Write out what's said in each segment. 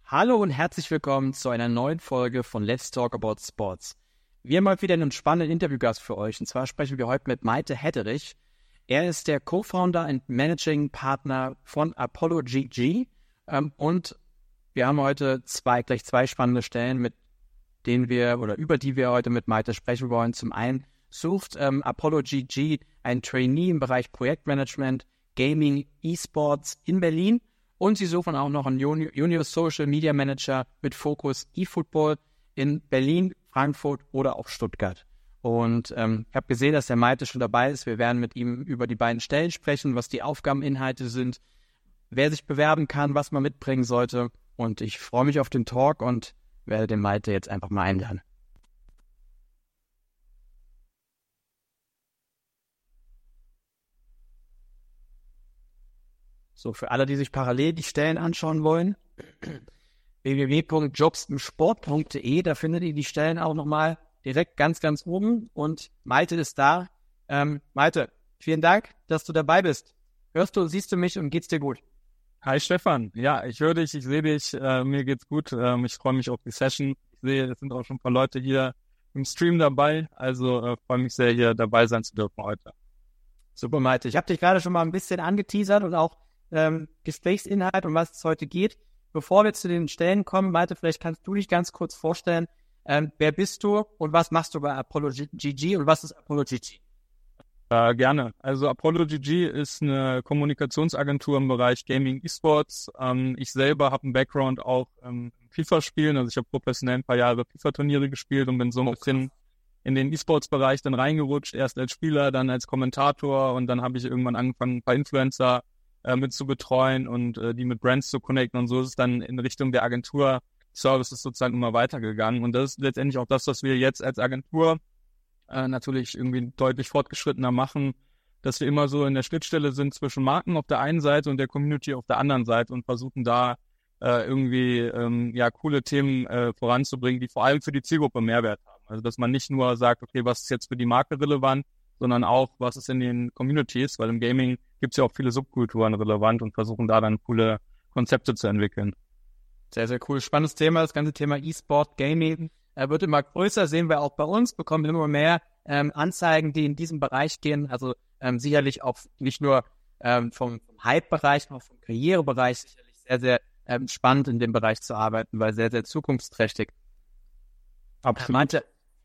Hallo und herzlich willkommen zu einer neuen Folge von Let's Talk About Sports. Wir haben heute wieder einen spannenden Interviewgast für euch, und zwar sprechen wir heute mit Malte Hetterich. Er ist der Co-Founder und Managing Partner von Apollo GG und wir haben heute gleich zwei spannende Stellen, über die wir heute mit Malte sprechen wollen. Zum einen sucht Apollo GG einen Trainee im Bereich Projektmanagement, Gaming, E-Sports in Berlin. Und sie suchen auch noch einen Junior Social Media Manager mit Fokus E-Football in Berlin, Frankfurt oder auch Stuttgart. Und ich habe gesehen, dass der Malte schon dabei ist. Wir werden mit ihm über die beiden Stellen sprechen, was die Aufgabeninhalte sind, wer sich bewerben kann, was man mitbringen sollte. Und ich freue mich auf den Talk und werde den Malte jetzt einfach mal einladen. So, für alle, die sich parallel die Stellen anschauen wollen, www.jobsimsport.de, da findet ihr die Stellen auch nochmal direkt ganz, ganz oben. Und Malte ist da. Malte, vielen Dank, dass du dabei bist. Hörst du und siehst du mich und geht's dir gut? Hi Stefan, ja, ich höre dich, ich sehe dich, mir geht's gut. Ich freue mich auf die Session. Ich sehe, es sind auch schon ein paar Leute hier im Stream dabei, also freue mich sehr, hier dabei sein zu dürfen heute. Super, Malte. Ich habe dich gerade schon mal ein bisschen angeteasert und auch Gesprächsinhalt, um was es heute geht. Bevor wir zu den Stellen kommen, Malte, vielleicht kannst du dich ganz kurz vorstellen, wer bist du und was machst du bei Apollo GG und was ist Apollo GG? Gerne. Also Apollo GG ist eine Kommunikationsagentur im Bereich Gaming E-Sports. Ich selber habe einen Background auch im FIFA-Spielen, also ich habe professionell ein paar Jahre FIFA-Turniere gespielt und bin so ein bisschen in den E-Sports-Bereich dann reingerutscht, erst als Spieler, dann als Kommentator und dann habe ich irgendwann angefangen, ein paar Influencer mit zu betreuen und die mit Brands zu connecten, und so ist es dann in Richtung der Agentur-Services sozusagen immer weitergegangen, und das ist letztendlich auch das, was wir jetzt als Agentur natürlich irgendwie deutlich fortgeschrittener machen, dass wir immer so in der Schnittstelle sind zwischen Marken auf der einen Seite und der Community auf der anderen Seite und versuchen da irgendwie coole Themen voranzubringen, die vor allem für die Zielgruppe Mehrwert haben. Also dass man nicht nur sagt, okay, was ist jetzt für die Marke relevant, sondern auch, was ist in den Communities, weil im Gaming gibt es ja auch viele Subkulturen relevant, und versuchen da dann coole Konzepte zu entwickeln. Sehr, sehr cool. Spannendes Thema, das ganze Thema E-Sport, Gaming wird immer größer, sehen wir auch bei uns, bekommen immer mehr Anzeigen, die in diesem Bereich gehen, also sicherlich auch nicht nur vom Hype-Bereich, sondern auch vom Karrierebereich sicherlich sehr, sehr spannend in dem Bereich zu arbeiten, weil sehr, sehr zukunftsträchtig. Absolut. Meinte,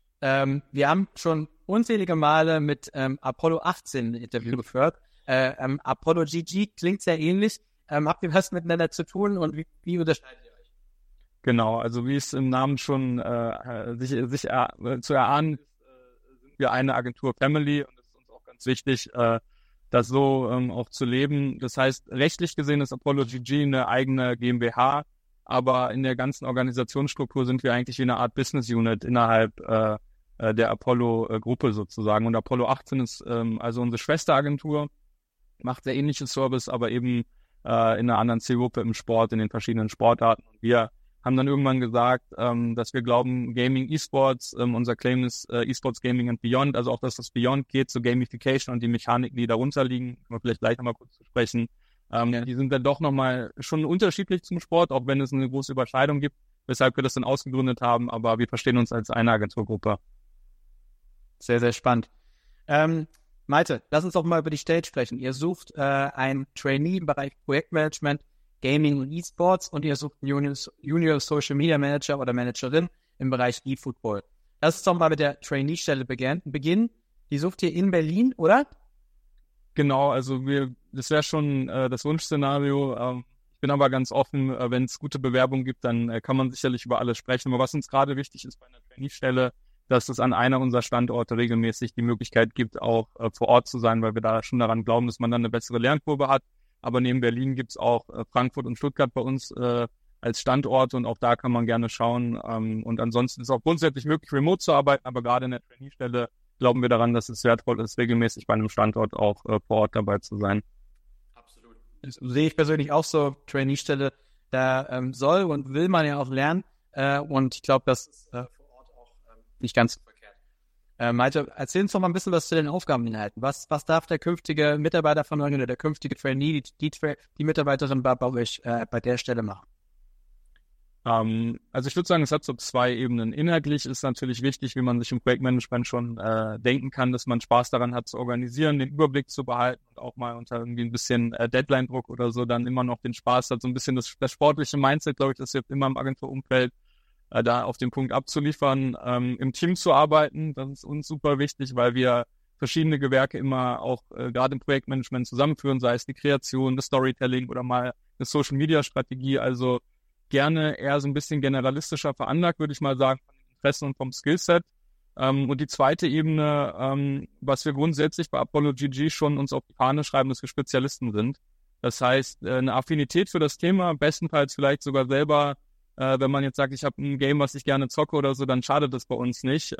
wir haben schon unzählige Male mit Apollo 18 ein Interview geführt. Apollo GG klingt sehr ähnlich. Habt ihr was miteinander zu tun und wie unterscheidet ihr euch? Genau, also wie es im Namen schon sich zu erahnen ist, sind wir eine Agentur Family, und es ist uns auch ganz wichtig, das so auch zu leben. Das heißt, rechtlich gesehen ist Apollo GG eine eigene GmbH, aber in der ganzen Organisationsstruktur sind wir eigentlich wie eine Art Business Unit innerhalb der Apollo-Gruppe sozusagen. Und Apollo 18 ist also unsere Schwesteragentur, macht sehr ähnliches Service, aber eben in einer anderen Zielgruppe im Sport, in den verschiedenen Sportarten. Und wir haben dann irgendwann gesagt, dass wir glauben, Gaming, E-Sports, unser Claim ist E-Sports, Gaming and Beyond, also auch, dass das Beyond geht zur Gamification und die Mechaniken, die darunter liegen, können wir vielleicht gleich nochmal kurz zu sprechen. Die sind dann doch nochmal schon unterschiedlich zum Sport, auch wenn es eine große Überschneidung gibt, weshalb wir das dann ausgegründet haben, aber wir verstehen uns als eine Agenturgruppe. Sehr, sehr spannend. Malte, lass uns doch mal über die Stelle sprechen. Ihr sucht einen Trainee im Bereich Projektmanagement, Gaming und E-Sports, und ihr sucht einen Junior Social Media Manager oder Managerin im Bereich E-Football. Lass uns doch mal mit der Trainee-Stelle beginnen. Die sucht ihr in Berlin, oder? Genau, also das wäre schon das Wunschszenario. Ich bin aber ganz offen, wenn es gute Bewerbungen gibt, dann kann man sicherlich über alles sprechen. Aber was uns gerade wichtig ist bei einer Trainee-Stelle, dass es an einer unserer Standorte regelmäßig die Möglichkeit gibt, auch vor Ort zu sein, weil wir da schon daran glauben, dass man dann eine bessere Lernkurve hat. Aber neben Berlin gibt's auch Frankfurt und Stuttgart bei uns als Standort, und auch da kann man gerne schauen. Und ansonsten ist auch grundsätzlich möglich, remote zu arbeiten, aber gerade in der Trainee-Stelle glauben wir daran, dass es wertvoll ist, regelmäßig bei einem Standort auch vor Ort dabei zu sein. Absolut. Das sehe ich persönlich auch so. Trainee-Stelle, da soll und will man ja auch lernen. Und ich glaube, das ist vor Ort auch nicht ganz so verkehrt. Malte, erzähl uns doch mal ein bisschen was zu den Aufgabeninhalten. Was darf der künftige Mitarbeiter von euch oder der künftige Trainee, die Mitarbeiterin bei euch bei der Stelle machen? Also ich würde sagen, es hat so 2 Ebenen. Inhaltlich ist natürlich wichtig, wie man sich im Projektmanagement schon denken kann, dass man Spaß daran hat zu organisieren, den Überblick zu behalten und auch mal unter irgendwie ein bisschen Deadline-Druck oder so dann immer noch den Spaß hat. So ein bisschen das sportliche Mindset, glaube ich, das hilft immer im Agenturumfeld, da auf den Punkt abzuliefern, im Team zu arbeiten. Das ist uns super wichtig, weil wir verschiedene Gewerke immer auch gerade im Projektmanagement zusammenführen, sei es die Kreation, das Storytelling oder mal eine Social-Media-Strategie. Also gerne eher so ein bisschen generalistischer veranlagt, würde ich mal sagen, von den Interessen und vom Skillset. Und die zweite Ebene, was wir grundsätzlich bei Apollo GG schon uns auf die Fahne schreiben, dass wir Spezialisten sind. Das heißt, eine Affinität für das Thema, bestenfalls vielleicht sogar selber, wenn man jetzt sagt, ich habe ein Game, was ich gerne zocke oder so, dann schadet das bei uns nicht.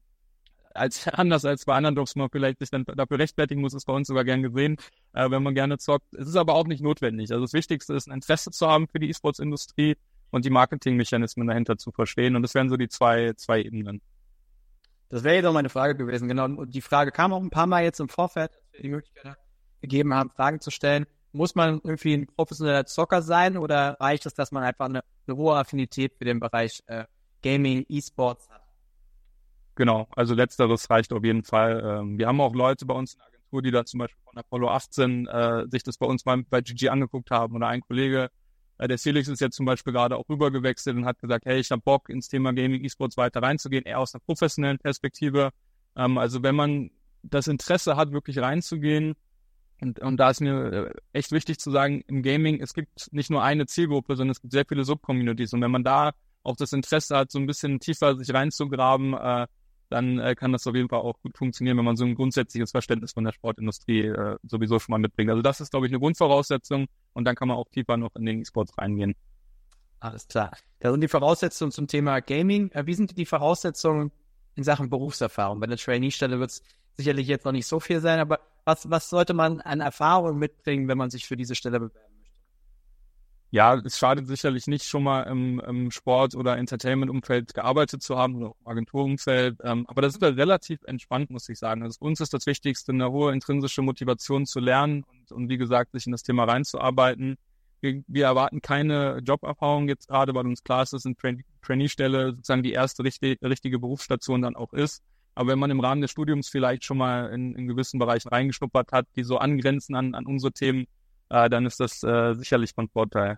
Anders als bei anderen Jobs, man vielleicht sich dann dafür rechtfertigen muss, ist bei uns sogar gern gesehen, wenn man gerne zockt. Es ist aber auch nicht notwendig. Also das Wichtigste ist, ein Interesse zu haben für die E-Sports-Industrie und die Marketingmechanismen dahinter zu verstehen. Und das wären so die zwei Ebenen. Das wäre jetzt auch meine Frage gewesen, genau. Und die Frage kam auch ein paar Mal jetzt im Vorfeld, als wir die Möglichkeit gegeben haben, Fragen zu stellen. Muss man irgendwie ein professioneller Zocker sein oder reicht es, dass man einfach eine hohe Affinität für den Bereich Gaming, E-Sports hat? Genau, also letzteres reicht auf jeden Fall. Wir haben auch Leute bei uns in der Agentur, die da zum Beispiel von Apollo 18 sich das bei uns mal bei GG angeguckt haben. Oder ein Kollege, der Felix ist jetzt zum Beispiel gerade auch rübergewechselt und hat gesagt, hey, ich habe Bock, ins Thema Gaming, E-Sports weiter reinzugehen, eher aus einer professionellen Perspektive. Also wenn man das Interesse hat, wirklich reinzugehen, und da ist mir echt wichtig zu sagen, im Gaming, es gibt nicht nur eine Zielgruppe, sondern es gibt sehr viele Subcommunities. Und wenn man da auch das Interesse hat, so ein bisschen tiefer sich reinzugraben, dann kann das auf jeden Fall auch gut funktionieren, wenn man so ein grundsätzliches Verständnis von der Sportindustrie sowieso schon mal mitbringt. Also das ist, glaube ich, eine Grundvoraussetzung und dann kann man auch tiefer noch in den E-Sports reingehen. Alles klar. Da sind die Voraussetzungen zum Thema Gaming. Wie sind die Voraussetzungen in Sachen Berufserfahrung? Bei der Trainee-Stelle wird es sicherlich jetzt noch nicht so viel sein, aber was sollte man an Erfahrung mitbringen, wenn man sich für diese Stelle bewerben möchte? Ja, es schadet sicherlich nicht, schon mal im Sport- oder Entertainment-Umfeld gearbeitet zu haben oder auch im Agenturumfeld. Aber das ist ja relativ entspannt, muss ich sagen. Also für uns ist das Wichtigste, eine hohe intrinsische Motivation zu lernen und wie gesagt, sich in das Thema reinzuarbeiten. Wir erwarten keine Joberfahrung jetzt gerade, weil uns klar ist, dass eine Trainee-Stelle sozusagen die erste richtige Berufsstation dann auch ist. Aber wenn man im Rahmen des Studiums vielleicht schon mal in gewissen Bereichen reingeschnuppert hat, die so angrenzen an unsere Themen, dann ist das sicherlich von Vorteil.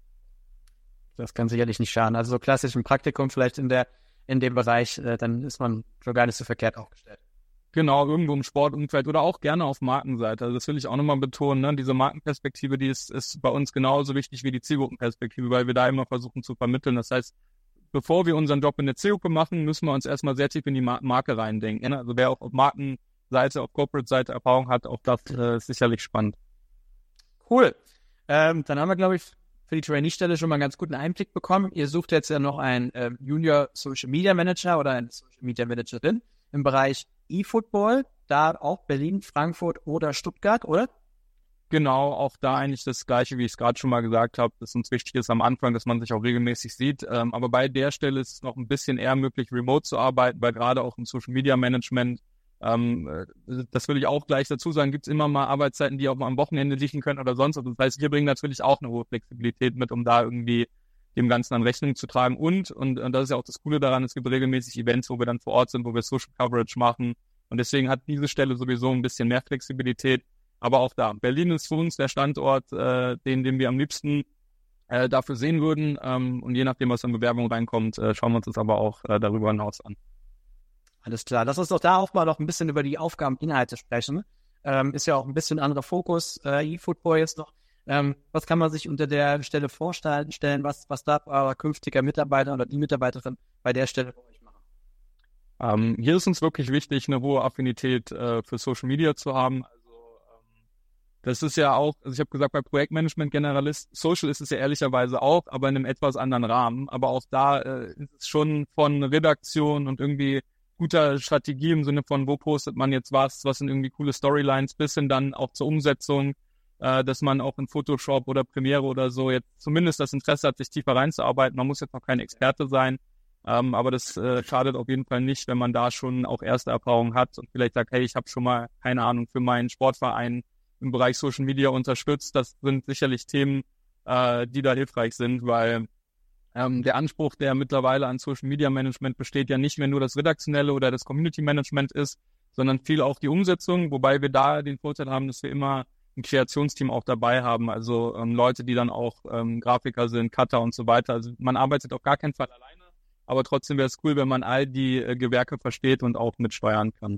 Das kann sicherlich nicht schaden. Also so klassisch ein Praktikum vielleicht in dem Bereich, dann ist man schon gar nicht so verkehrt aufgestellt. Genau, irgendwo im Sportumfeld oder auch gerne auf Markenseite. Also das will ich auch nochmal betonen, ne? Diese Markenperspektive, die ist bei uns genauso wichtig wie die Zielgruppenperspektive, weil wir da immer versuchen zu vermitteln. Das heißt, bevor wir unseren Job in der Zielgruppe machen, müssen wir uns erstmal sehr tief in die Marke reindenken. Ne? Also wer auch auf Markenseite, auf Corporate-Seite Erfahrung hat, auch das ist sicherlich spannend. Cool. Dann haben wir, glaube ich, für die Trainee-Stelle schon mal einen ganz guten Einblick bekommen. Ihr sucht jetzt ja noch einen Junior Social Media Manager oder eine Social Media Managerin im Bereich E-Football, da auch Berlin, Frankfurt oder Stuttgart, oder? Genau, auch da eigentlich das Gleiche, wie ich es gerade schon mal gesagt habe, dass uns wichtig ist am Anfang, dass man sich auch regelmäßig sieht. Aber bei der Stelle ist es noch ein bisschen eher möglich, remote zu arbeiten, weil gerade auch im Social Media Management, das will ich auch gleich dazu sagen, gibt es immer mal Arbeitszeiten, die auch mal am Wochenende liegen können oder sonst was. Das heißt, wir bringen natürlich auch eine hohe Flexibilität mit, um da irgendwie dem Ganzen an Rechnung zu tragen. Und das ist ja auch das Coole daran, es gibt regelmäßig Events, wo wir dann vor Ort sind, wo wir Social Coverage machen. Und deswegen hat diese Stelle sowieso ein bisschen mehr Flexibilität. Aber auch da, Berlin ist für uns der Standort, den wir am liebsten dafür sehen würden. Und je nachdem, was an Bewerbung reinkommt, schauen wir uns das aber auch darüber hinaus an. Alles klar. Lass uns doch da auch mal noch ein bisschen über die Aufgabeninhalte sprechen. Ist ja auch ein bisschen anderer Fokus. E-Football jetzt noch. Was kann man sich unter der Stelle vorstellen? Was darf euer künftiger Mitarbeiter oder die Mitarbeiterin bei der Stelle bei euch machen? Hier ist uns wirklich wichtig, eine hohe Affinität für Social Media zu haben. Das ist ja auch, also ich habe gesagt, bei Projektmanagement Generalist, Social ist es ja ehrlicherweise auch, aber in einem etwas anderen Rahmen. Aber auch da ist es schon von Redaktion und irgendwie guter Strategie im Sinne von, wo postet man jetzt was sind irgendwie coole Storylines, bis hin dann auch zur Umsetzung, dass man auch in Photoshop oder Premiere oder so jetzt zumindest das Interesse hat, sich tiefer reinzuarbeiten. Man muss jetzt noch kein Experte sein, aber das schadet auf jeden Fall nicht, wenn man da schon auch erste Erfahrungen hat und vielleicht sagt, hey, ich habe schon mal, keine Ahnung, für meinen Sportverein im Bereich Social Media unterstützt. Das sind sicherlich Themen, die da hilfreich sind, weil Der Anspruch, der mittlerweile an Social Media Management besteht, ja nicht mehr nur das Redaktionelle oder das Community Management ist, sondern viel auch die Umsetzung, wobei wir da den Vorteil haben, dass wir immer ein Kreationsteam auch dabei haben, also Leute, die dann auch Grafiker sind, Cutter und so weiter. Also man arbeitet auf gar keinen Fall alleine, aber trotzdem wäre es cool, wenn man all die Gewerke versteht und auch mitsteuern kann.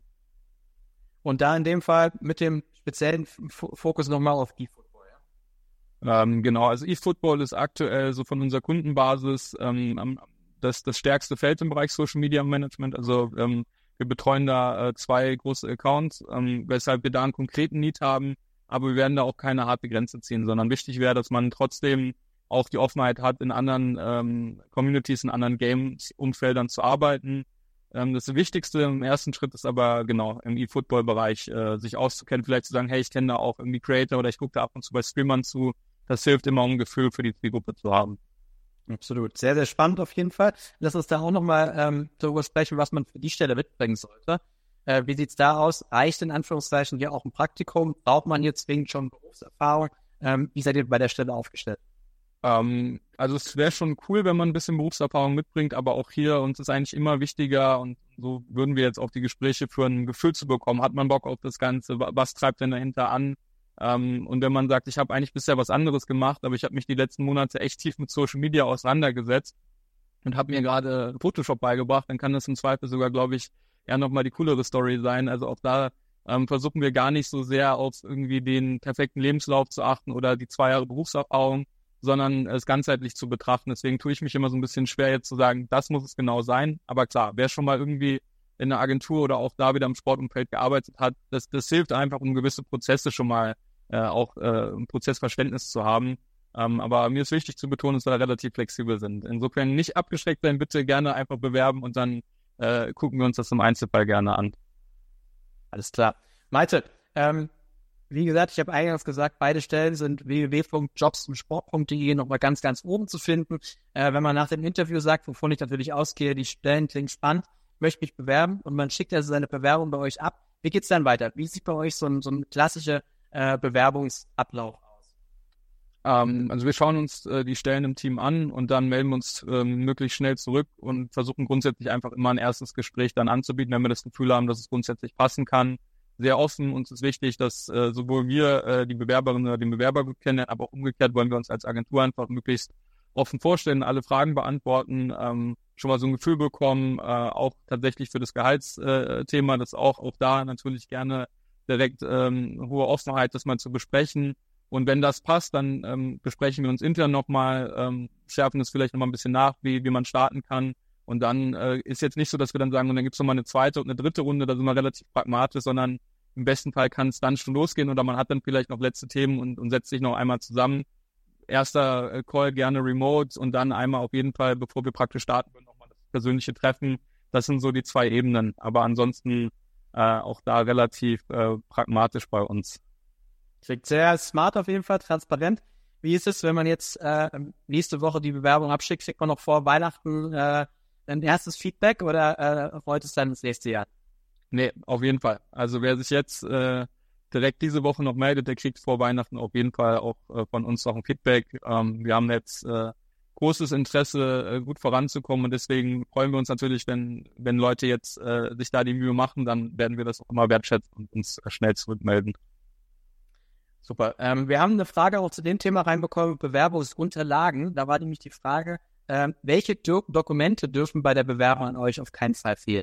Und da in dem Fall mit dem speziellen Fokus nochmal auf eFootball, ja? Genau, also eFootball ist aktuell so von unserer Kundenbasis das stärkste Feld im Bereich Social Media Management. Also wir betreuen da 2 große Accounts, weshalb wir da einen konkreten Need haben, aber wir werden da auch keine harte Grenze ziehen, sondern wichtig wäre, dass man trotzdem auch die Offenheit hat, in anderen Communities, in anderen Games-Umfeldern zu arbeiten. Das Wichtigste im ersten Schritt ist aber genau im eFootball-Bereich sich auszukennen, vielleicht zu sagen, hey, ich kenne da auch irgendwie Creator oder ich gucke da ab und zu bei Streamern zu. Das hilft immer, um ein Gefühl für die Zielgruppe zu haben. Absolut. Sehr, sehr spannend auf jeden Fall. Lass uns da auch nochmal darüber sprechen, was man für die Stelle mitbringen sollte. Wie sieht's da aus? Reicht in Anführungszeichen hier auch ein Praktikum? Braucht man hier zwingend schon Berufserfahrung? Wie seid ihr bei der Stelle aufgestellt? Also es wäre schon cool, wenn man ein bisschen Berufserfahrung mitbringt, aber auch hier uns ist eigentlich immer wichtiger und so würden wir jetzt auch die Gespräche führen, ein Gefühl zu bekommen. Hat man Bock auf das Ganze? Was treibt denn dahinter an? Und wenn man sagt, ich habe eigentlich bisher was anderes gemacht, aber ich habe mich die letzten Monate echt tief mit Social Media auseinandergesetzt und habe mir gerade Photoshop beigebracht, dann kann das im Zweifel sogar, glaube ich, eher nochmal die coolere Story sein. Also auch da versuchen wir gar nicht so sehr auf irgendwie den perfekten Lebenslauf zu achten oder die 2 Jahre Berufserfahrung, sondern es ganzheitlich zu betrachten. Deswegen tue ich mich immer so ein bisschen schwer, jetzt zu sagen, das muss es genau sein. Aber klar, wer schon mal irgendwie in einer Agentur oder auch da wieder im Sportumfeld gearbeitet hat, das hilft einfach, um gewisse Prozesse schon mal auch ein Prozessverständnis zu haben. Aber mir ist wichtig zu betonen, dass wir da relativ flexibel sind. Insofern nicht abgeschreckt sein, bitte gerne einfach bewerben und dann gucken wir uns das im Einzelfall gerne an. Alles klar. Malte, wie gesagt, ich habe eingangs gesagt, beide Stellen sind www.jobsimsport.de nochmal ganz, ganz oben zu finden. Wenn man nach dem Interview sagt, wovon ich natürlich ausgehe, die Stellen klingen spannend, möchte mich bewerben und man schickt also seine Bewerbung bei euch ab. Wie geht's dann weiter? Wie sieht bei euch so ein klassischer Bewerbungsablauf aus? Also wir schauen uns die Stellen im Team an und dann melden wir uns möglichst schnell zurück und versuchen grundsätzlich einfach immer ein erstes Gespräch dann anzubieten, wenn wir das Gefühl haben, dass es grundsätzlich passen kann. Sehr offen, uns ist wichtig, dass sowohl wir die Bewerberin oder den Bewerber gut kennen, aber auch umgekehrt wollen wir uns als Agentur einfach möglichst offen vorstellen, alle Fragen beantworten, schon mal so ein Gefühl bekommen, auch tatsächlich für das Gehaltsthema, das auch da natürlich gerne direkt hohe Offenheit, das mal zu besprechen. Und wenn das passt, dann besprechen wir uns intern nochmal, schärfen es vielleicht nochmal ein bisschen nach, wie man starten kann. Und dann ist jetzt nicht so, dass wir dann sagen, und dann gibt's nochmal eine 2. und eine 3. Runde, da sind wir relativ pragmatisch, sondern im besten Fall kann es dann schon losgehen oder man hat dann vielleicht noch letzte Themen und setzt sich noch einmal zusammen. Erster Call gerne remote und dann einmal auf jeden Fall, bevor wir praktisch starten, nochmal das persönliche Treffen. Das sind so die 2 Ebenen. Aber ansonsten auch da relativ pragmatisch bei uns. Klingt sehr smart auf jeden Fall, transparent. Wie ist es, wenn man jetzt nächste Woche die Bewerbung abschickt, kriegt man noch vor Weihnachten ein erstes Feedback oder rollt es dann ins nächste Jahr? Nee, auf jeden Fall. Also wer sich jetzt direkt diese Woche noch meldet, der kriegt vor Weihnachten auf jeden Fall auch von uns noch ein Feedback. Wir haben jetzt großes Interesse, gut voranzukommen und deswegen freuen wir uns natürlich, wenn Leute jetzt sich da die Mühe machen, dann werden wir das auch immer wertschätzen und uns schnell zurückmelden. Super. Wir haben eine Frage auch zu dem Thema reinbekommen, Bewerbungsunterlagen. Da war nämlich die Frage, welche Dokumente dürfen bei der Bewerbung an euch auf keinen Fall fehlen?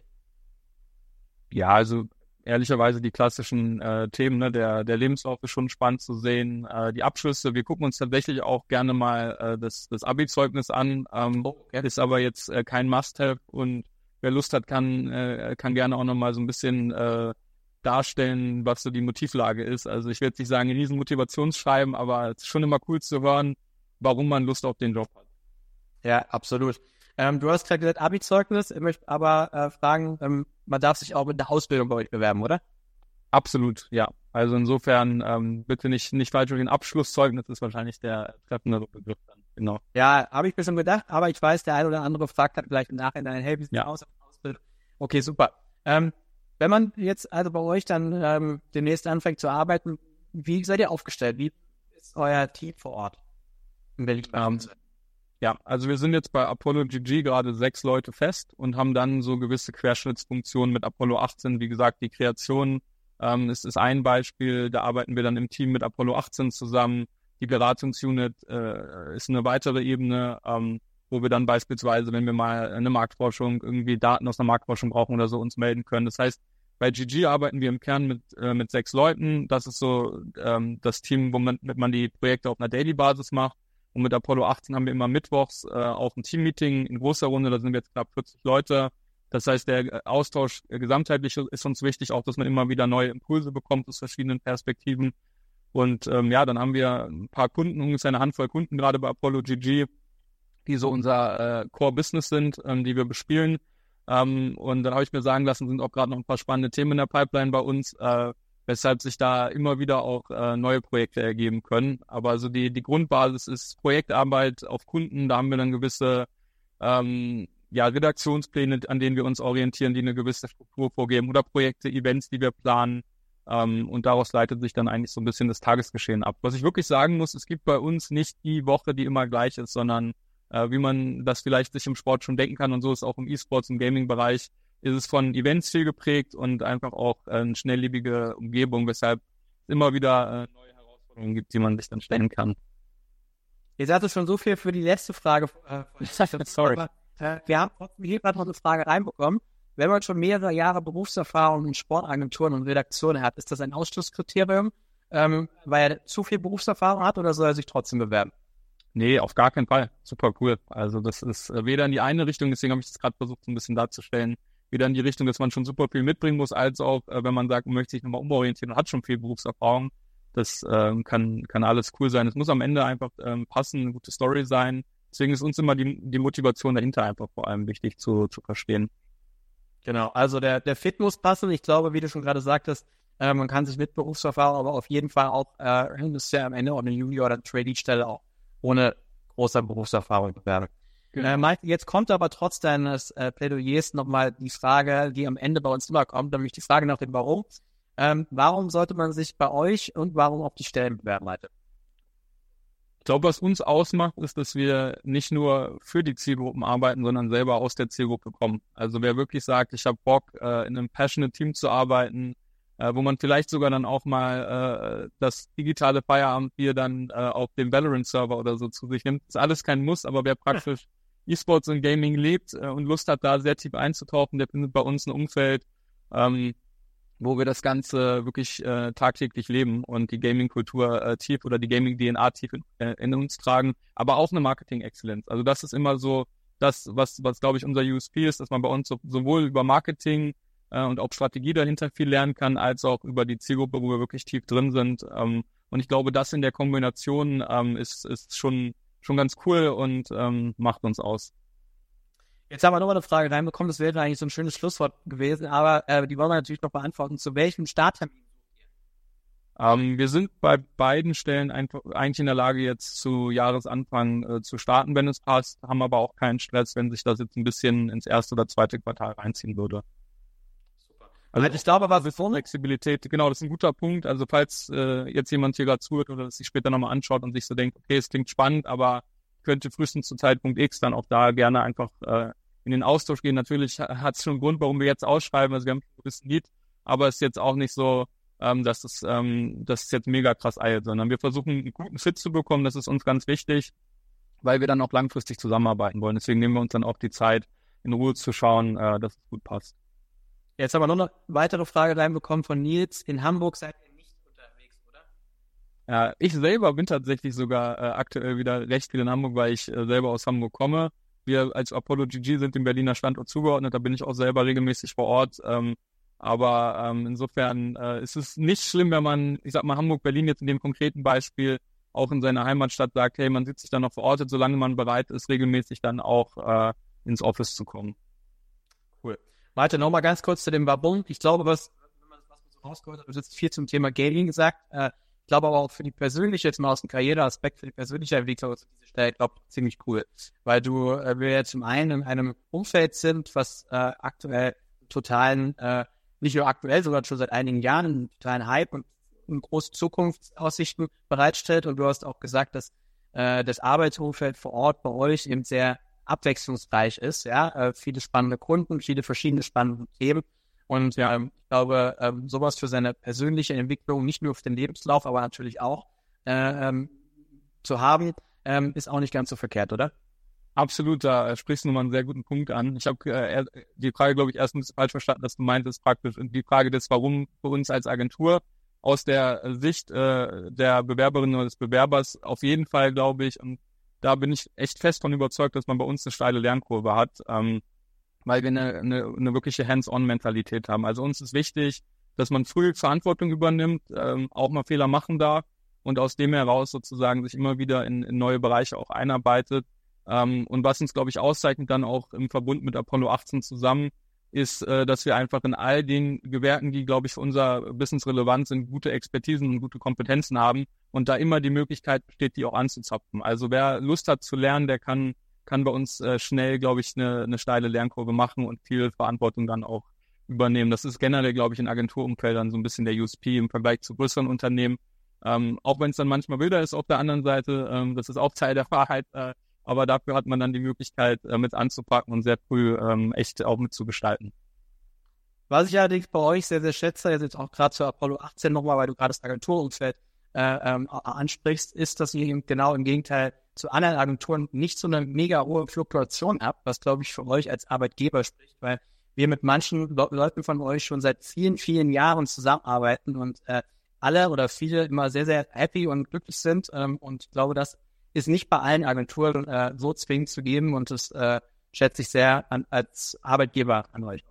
Ja, also ehrlicherweise die klassischen Themen, ne? Der Lebenslauf ist schon spannend zu sehen, die Abschlüsse. Wir gucken uns tatsächlich auch gerne mal das Abi-Zeugnis an, ist aber jetzt kein Must-have und wer Lust hat, kann gerne auch nochmal so ein bisschen darstellen, was so die Motivlage ist. Also ich will jetzt nicht sagen, ein riesen Motivationsschreiben, aber es ist schon immer cool zu hören, warum man Lust auf den Job hat. Ja, absolut. Du hast gerade gesagt, Abi-Zeugnis. Ich möchte aber fragen, man darf sich auch mit der Ausbildung bei euch bewerben, oder? Absolut, ja. Also insofern bitte nicht falsch verstehen. Abschlusszeugnis ist wahrscheinlich der treffendere Begriff dann. Genau. Ja, habe ich ein bisschen gedacht, aber ich weiß, der eine oder andere fragt dann vielleicht im Nachhinein, hey, wie sieht aus Ausbildung? Okay, super. Wenn man jetzt also bei euch dann demnächst anfängt zu arbeiten, wie seid ihr aufgestellt? Wie ist euer Team vor Ort in Berlin? Ja, also wir sind jetzt bei Apollo GG gerade 6 Leute fest und haben dann so gewisse Querschnittsfunktionen mit Apollo 18. Wie gesagt, die Kreation ist ein Beispiel. Da arbeiten wir dann im Team mit Apollo 18 zusammen. Die Beratungsunit ist eine weitere Ebene, wo wir dann beispielsweise, wenn wir mal eine Marktforschung, irgendwie Daten aus einer Marktforschung brauchen oder so, uns melden können. Das heißt, bei GG arbeiten wir im Kern mit 6 Leuten. Das ist so das Team, womit man die Projekte auf einer Daily-Basis macht. Und mit Apollo 18 haben wir immer mittwochs auch ein Team-Meeting in großer Runde. Da sind wir jetzt knapp 40 Leute. Das heißt, der Austausch gesamtheitlich ist uns wichtig, auch dass man immer wieder neue Impulse bekommt aus verschiedenen Perspektiven. Und dann haben wir ein paar Kunden, ungefähr eine Handvoll Kunden gerade bei Apollo GG, die so unser Core-Business sind, die wir bespielen. Und dann habe ich mir sagen lassen, sind auch gerade noch ein paar spannende Themen in der Pipeline bei uns, weshalb sich da immer wieder auch neue Projekte ergeben können. Aber also die Grundbasis ist Projektarbeit auf Kunden. Da haben wir dann gewisse Redaktionspläne, an denen wir uns orientieren, die eine gewisse Struktur vorgeben, oder Projekte, Events, die wir planen. Und daraus leitet sich dann eigentlich so ein bisschen das Tagesgeschehen ab. Was ich wirklich sagen muss, es gibt bei uns nicht die Woche, die immer gleich ist, sondern wie man das vielleicht sich im Sport schon denken kann, und so ist auch im E-Sports, im Gaming-Bereich, ist es von Events viel geprägt und einfach auch eine schnelllebige Umgebung, weshalb es immer wieder neue Herausforderungen gibt, die man sich dann stellen kann. Jetzt hast du schon so viel für die letzte Frage. Sorry. Wir haben trotzdem hier gerade noch eine Frage reinbekommen. Wenn man schon mehrere Jahre Berufserfahrung in Sportagenturen und Redaktionen hat, ist das ein Ausschlusskriterium, weil er zu viel Berufserfahrung hat, oder soll er sich trotzdem bewerben? Nee, auf gar keinen Fall. Super cool. Also das ist weder in die eine Richtung, deswegen habe ich das gerade versucht, so ein bisschen darzustellen, weder in die Richtung, dass man schon super viel mitbringen muss, als auch, wenn man sagt, man möchte sich nochmal umorientieren und hat schon viel Berufserfahrung. Das kann alles cool sein. Es muss am Ende einfach passen, eine gute Story sein. Deswegen ist uns immer die Motivation dahinter einfach vor allem wichtig zu verstehen. Genau, also der Fit muss passen. Ich glaube, wie du schon gerade sagtest, man kann sich mit Berufserfahrung, aber auf jeden Fall auch, das ist ja am Ende auch eine Junior- oder Trainee-Stelle auch ohne großer Berufserfahrung bewerben. Genau. Mike, jetzt kommt aber trotz deines Plädoyers nochmal die Frage, die am Ende bei uns immer kommt, nämlich die Frage nach dem Warum. Warum sollte man sich bei euch und warum auf die Stellen bewerben, Malte? Ich glaube, was uns ausmacht, ist, dass wir nicht nur für die Zielgruppen arbeiten, sondern selber aus der Zielgruppe kommen. Also wer wirklich sagt, ich habe Bock, in einem passionate Team zu arbeiten, wo man vielleicht sogar dann auch mal das digitale Feierabendbier dann auf dem Valorant-Server oder so zu sich nimmt. Ist alles kein Muss, aber wer praktisch E-Sports und Gaming lebt und Lust hat, da sehr tief einzutauchen, der findet bei uns ein Umfeld, wo wir das Ganze wirklich tagtäglich leben und die Gaming-Kultur tief oder die Gaming-DNA tief in uns tragen, aber auch eine Marketing-Exzellenz. Also das ist immer so das, was glaube ich, unser USP ist, dass man bei uns sowohl über Marketing und auch Strategie dahinter viel lernen kann, als auch über die Zielgruppe, wo wir wirklich tief drin sind. Und ich glaube, das in der Kombination ist schon ganz cool und macht uns aus. Jetzt haben wir nochmal eine Frage reinbekommen, das wäre eigentlich so ein schönes Schlusswort gewesen, aber die wollen wir natürlich noch beantworten. Zu welchem Starttermin sucht ihr? Wir sind bei beiden Stellen eigentlich in der Lage, jetzt zu Jahresanfang zu starten, wenn es passt, haben aber auch keinen Stress, wenn sich das jetzt ein bisschen ins erste oder zweite Quartal reinziehen würde. Also ich glaube, was ist Flexibilität, genau, das ist ein guter Punkt. Also falls jetzt jemand hier gerade zuhört oder das sich später nochmal anschaut und sich so denkt, okay, es klingt spannend, aber könnte frühestens zu Zeitpunkt X dann auch da gerne einfach in den Austausch gehen. Natürlich hat es schon einen Grund, warum wir jetzt ausschreiben. Also wir haben ein gewissen Lied, aber es ist jetzt auch nicht so, dass es jetzt mega krass eilt, sondern wir versuchen, einen guten Fit zu bekommen. Das ist uns ganz wichtig, weil wir dann auch langfristig zusammenarbeiten wollen. Deswegen nehmen wir uns dann auch die Zeit, in Ruhe zu schauen, dass es gut passt. Jetzt haben wir noch eine weitere Frage reinbekommen von Nils. In Hamburg seid ihr nicht unterwegs, oder? Ja, ich selber bin tatsächlich sogar aktuell wieder recht viel in Hamburg, weil ich selber aus Hamburg komme. Wir als Apollo GG sind dem Berliner Standort zugeordnet, da bin ich auch selber regelmäßig vor Ort. Aber insofern ist es nicht schlimm, wenn man, ich sag mal, Hamburg-Berlin jetzt in dem konkreten Beispiel auch in seiner Heimatstadt sagt, hey, man sitzt sich dann noch verortet, solange man bereit ist, regelmäßig dann auch ins Office zu kommen. Cool. Malte, nochmal ganz kurz zu dem Warum. Ich glaube, was man so rausgehört hat, du hast jetzt viel zum Thema Gaming gesagt. Ich glaube aber auch für die persönliche, jetzt mal aus dem Karriereaspekt, für die persönliche Entwicklung ist diese Stelle, ich glaube, ziemlich cool. Weil wir jetzt zum einen in einem Umfeld sind, was aktuell totalen, nicht nur aktuell, sondern schon seit einigen Jahren einen totalen Hype und große Zukunftsaussichten bereitstellt. Und du hast auch gesagt, dass das Arbeitsumfeld vor Ort bei euch eben sehr abwechslungsreich ist, ja, viele spannende Kunden, viele verschiedene spannende Themen und ja, ich glaube, sowas für seine persönliche Entwicklung, nicht nur auf den Lebenslauf, aber natürlich auch zu haben, ist auch nicht ganz so verkehrt, oder? Absolut, da sprichst du nochmal einen sehr guten Punkt an. Ich habe die Frage, glaube ich, erst ein bisschen falsch verstanden, dass du meintest praktisch die Frage des Warum für uns als Agentur. Aus der Sicht der Bewerberin oder des Bewerbers auf jeden Fall, glaube ich, und da bin ich echt fest von überzeugt, dass man bei uns eine steile Lernkurve hat, weil wir eine wirkliche Hands-on-Mentalität haben. Also uns ist wichtig, dass man früh Verantwortung übernimmt, auch mal Fehler machen darf und aus dem heraus sozusagen sich immer wieder in neue Bereiche auch einarbeitet. Und was uns, glaube ich, auszeichnet dann auch im Verbund mit Apollo 18 zusammen, ist, dass wir einfach in all den Gewerken, die, glaube ich, für unser Business relevant sind, gute Expertisen und gute Kompetenzen haben und da immer die Möglichkeit besteht, die auch anzuzapfen. Also wer Lust hat zu lernen, der kann bei uns schnell, glaube ich, eine steile Lernkurve machen und viel Verantwortung dann auch übernehmen. Das ist generell, glaube ich, in Agenturumfeldern so ein bisschen der USP im Vergleich zu größeren Unternehmen. Auch wenn es dann manchmal wilder ist auf der anderen Seite, das ist auch Teil der Wahrheit, aber dafür hat man dann die Möglichkeit, mit anzupacken und sehr früh echt auch mitzugestalten. Was ich allerdings bei euch sehr, sehr schätze, jetzt auch gerade zu Apollo 18 nochmal, weil du gerade das Agenturumfeld ansprichst, ist, dass ihr eben genau im Gegenteil zu anderen Agenturen nicht so eine mega hohe Fluktuation habt, was, glaube ich, für euch als Arbeitgeber spricht, weil wir mit manchen Leuten von euch schon seit vielen, vielen Jahren zusammenarbeiten und alle oder viele immer sehr, sehr happy und glücklich sind und ich glaube, das ist nicht bei allen Agenturen so zwingend zu geben und das schätze ich sehr als Arbeitgeber an euch.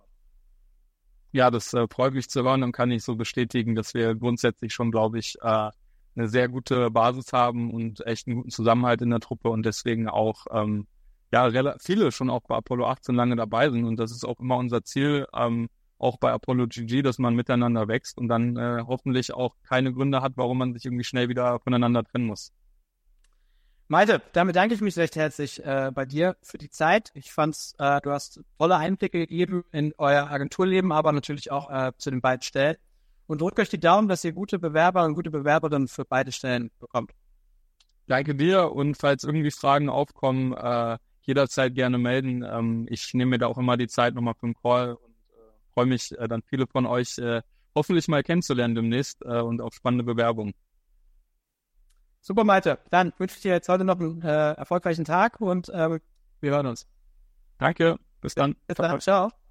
Ja, das freut mich zu hören und kann ich so bestätigen, dass wir grundsätzlich schon, glaube ich, eine sehr gute Basis haben und echt einen guten Zusammenhalt in der Truppe und deswegen auch viele schon auch bei Apollo 18 lange dabei sind und das ist auch immer unser Ziel, auch bei Apollo GG, dass man miteinander wächst und dann hoffentlich auch keine Gründe hat, warum man sich irgendwie schnell wieder voneinander trennen muss. Malte, damit danke ich mich recht herzlich bei dir für die Zeit. Ich fand's, du hast tolle Einblicke gegeben in euer Agenturleben, aber natürlich auch zu den beiden Stellen. Und drückt euch die Daumen, dass ihr gute Bewerber und gute Bewerberinnen für beide Stellen bekommt. Danke dir und falls irgendwie Fragen aufkommen, jederzeit gerne melden. Ich nehme mir da auch immer die Zeit nochmal für einen Call und freue mich dann viele von euch hoffentlich mal kennenzulernen demnächst und auf spannende Bewerbungen. Super, Malte. Dann wünsche ich dir jetzt heute noch einen erfolgreichen Tag und wir hören uns. Danke, bis dann. Bis dann, ciao.